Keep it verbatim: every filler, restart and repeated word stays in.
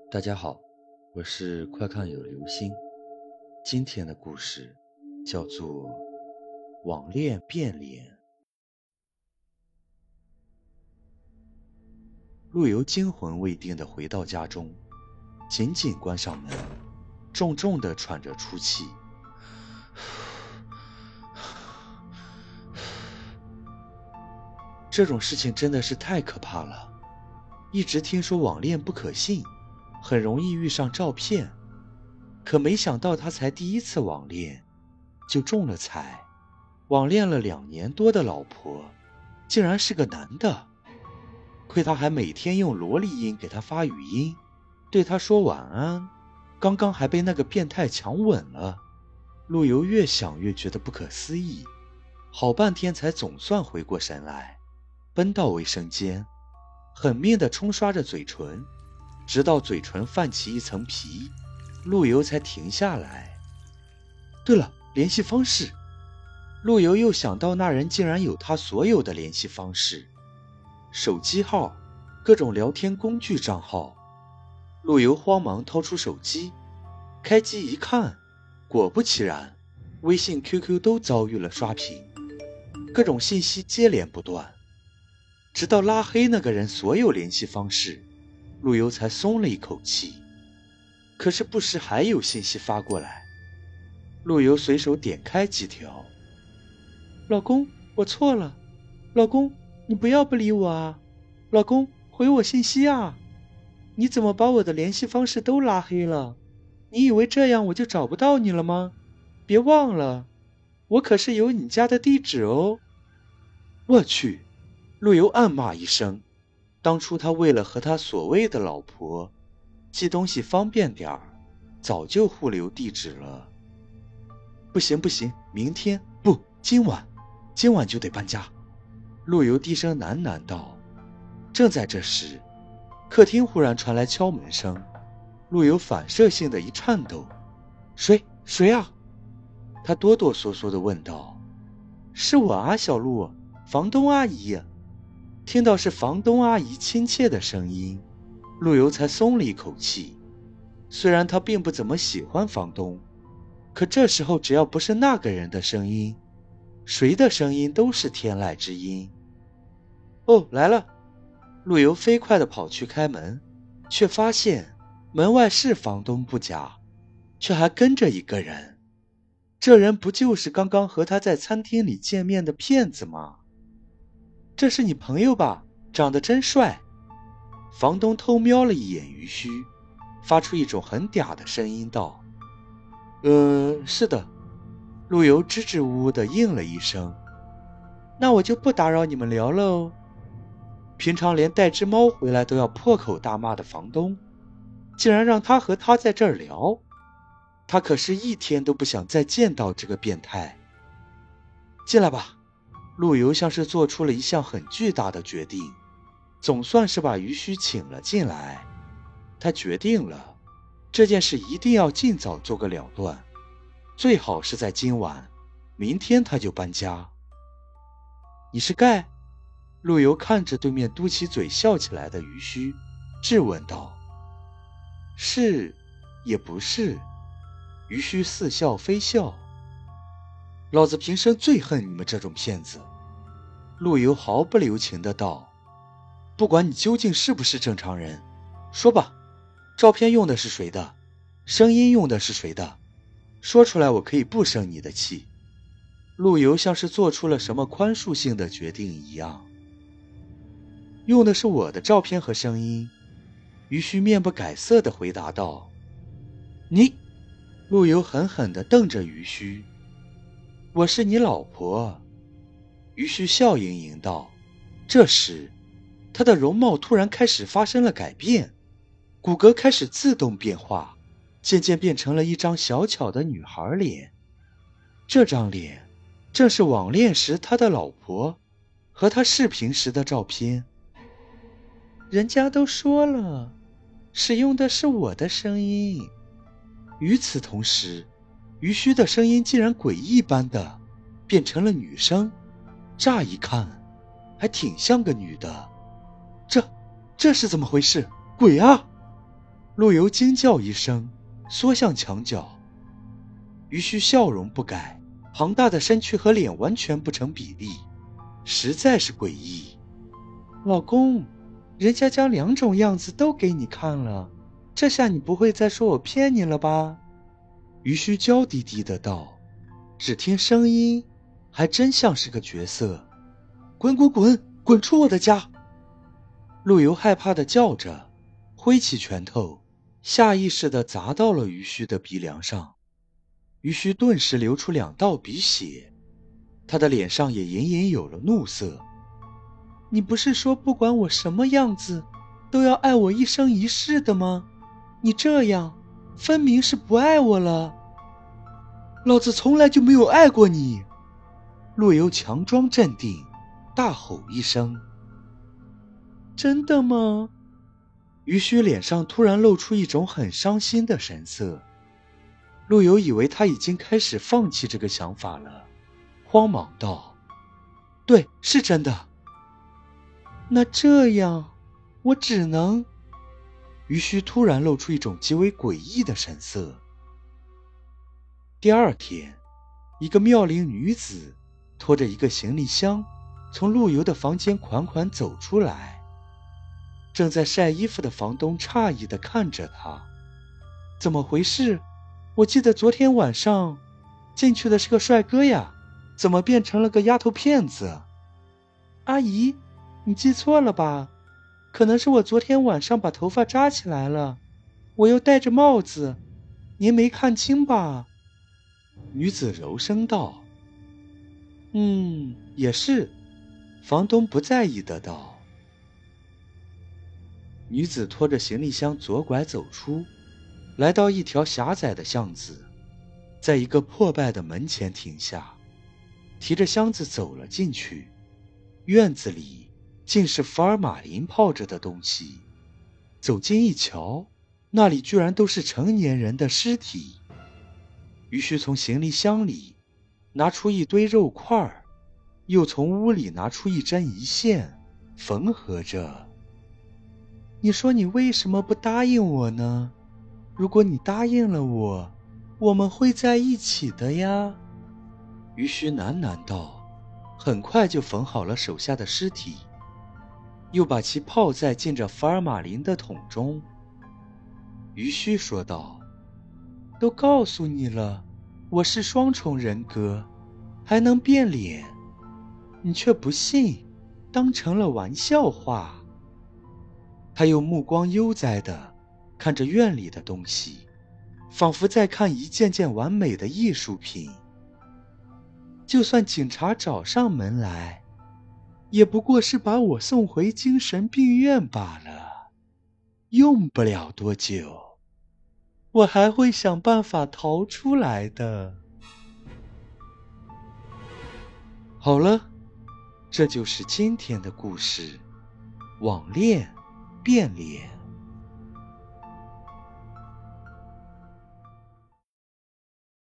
大家好，我是快看有流星。今天的故事叫做网恋变脸。陆游惊魂未定地回到家中，紧紧关上门，重重地喘着粗气。这种事情真的是太可怕了，一直听说网恋不可信，很容易遇上照骗，可没想到他才第一次网恋就中了彩。网恋了两年多的老婆竟然是个男的，亏他还每天用萝莉音给他发语音，对他说晚安，刚刚还被那个变态强吻了。陆游越想越觉得不可思议，好半天才总算回过神来，奔到卫生间，狠命地冲刷着嘴唇，直到嘴唇泛起一层皮，陆游才停下来。对了，联系方式。陆游又想到那人竟然有他所有的联系方式，手机号，各种聊天工具账号。陆游慌忙掏出手机，开机一看，果不其然，微信 Q Q 都遭遇了刷屏，各种信息接连不断，直到拉黑那个人所有联系方式，陆游才松了一口气。可是不时还有信息发过来，陆游随手点开几条。老公，我错了。老公，你不要不理我啊。老公，回我信息啊。你怎么把我的联系方式都拉黑了？你以为这样我就找不到你了吗？别忘了，我可是有你家的地址哦。我去，陆游暗骂一声，当初他为了和他所谓的老婆寄东西方便点儿，早就互留地址了。不行不行，明天不，今晚今晚就得搬家。陆游低声喃喃道。正在这时，客厅忽然传来敲门声，陆游反射性的一颤抖。谁谁啊？他哆哆嗦嗦地问道。是我啊，小陆，房东阿姨。听到是房东阿姨亲切的声音，陆游才松了一口气。虽然他并不怎么喜欢房东，可这时候只要不是那个人的声音，谁的声音都是天籁之音。哦，来了。陆游飞快地跑去开门，却发现门外是房东不假，却还跟着一个人。这人不就是刚刚和他在餐厅里见面的骗子吗？这是你朋友吧？长得真帅。房东偷瞄了一眼于须，发出一种很嗲的声音道。呃，是的。陆游支支吾吾地应了一声。那我就不打扰你们聊了哦。平常连带只猫回来都要破口大骂的房东，竟然让他和他在这儿聊，他可是一天都不想再见到这个变态。进来吧。陆游像是做出了一项很巨大的决定，总算是把于须请了进来。他决定了，这件事一定要尽早做个了断，最好是在今晚，明天他就搬家。你是盖？陆游看着对面嘟起嘴笑起来的于须，质问道。是也不是。于须似笑非笑。老子平生最恨你们这种骗子。陆游毫不留情的道。不管你究竟是不是正常人，说吧，照片用的是谁的？声音用的是谁的？说出来我可以不生你的气。陆游像是做出了什么宽恕性的决定一样。用的是我的照片和声音。于须面不改色地回答道。你！陆游狠狠地瞪着于须。我是你老婆。于须笑盈盈道。这时他的容貌突然开始发生了改变，骨骼开始自动变化，渐渐变成了一张小巧的女孩脸。这张脸正是网恋时他的老婆和他视频时的照片。人家都说了，使用的是我的声音。与此同时，于须的声音竟然诡异般的变成了女声，乍一看还挺像个女的。这这是怎么回事？鬼啊！ 陆游惊叫一声，缩向墙角。于须笑容不改，庞大的身躯和脸完全不成比例，实在是诡异。老公，人家将两种样子都给你看了，这下你不会再说我骗你了吧？于须娇滴滴的道。只听声音还真像是个角色。滚滚滚，滚出我的家！陆游害怕的叫着，挥起拳头，下意识地砸到了于须的鼻梁上。于须顿时流出两道鼻血，他的脸上也隐隐有了怒色。你不是说不管我什么样子都要爱我一生一世的吗？你这样分明是不爱我了。老子从来就没有爱过你！陆游强装镇定，大吼一声。真的吗？于须脸上突然露出一种很伤心的神色。陆游以为他已经开始放弃这个想法了，慌忙道：对，是真的。那这样我只能……于须突然露出一种极为诡异的神色。第二天，一个妙龄女子拖着一个行李箱从陆游的房间款款走出来。正在晒衣服的房东诧异地看着她。怎么回事？我记得昨天晚上进去的是个帅哥呀，怎么变成了个丫头片子？阿姨，你记错了吧？可能是我昨天晚上把头发扎起来了，我又戴着帽子，您没看清吧？女子柔声道。嗯，也是。房东不在意的道。女子拖着行李箱左拐走出，来到一条狭窄的巷子，在一个破败的门前停下，提着箱子走了进去。院子里竟是福尔马林泡着的东西，走近一瞧，那里居然都是成年人的尸体。于是从行李箱里拿出一堆肉块，又从屋里拿出一针一线，缝合着。你说你为什么不答应我呢？如果你答应了我，我们会在一起的呀。于须喃喃道，很快就缝好了手下的尸体，又把其泡在浸着福尔马林的桶中。于须说道，都告诉你了，我是双重人格，还能变脸，你却不信，当成了玩笑话。他又目光悠哉地看着院里的东西，仿佛在看一件件完美的艺术品。就算警察找上门来，也不过是把我送回精神病院罢了，用不了多久，我还会想办法逃出来的。好了，这就是今天的故事，网恋变脸。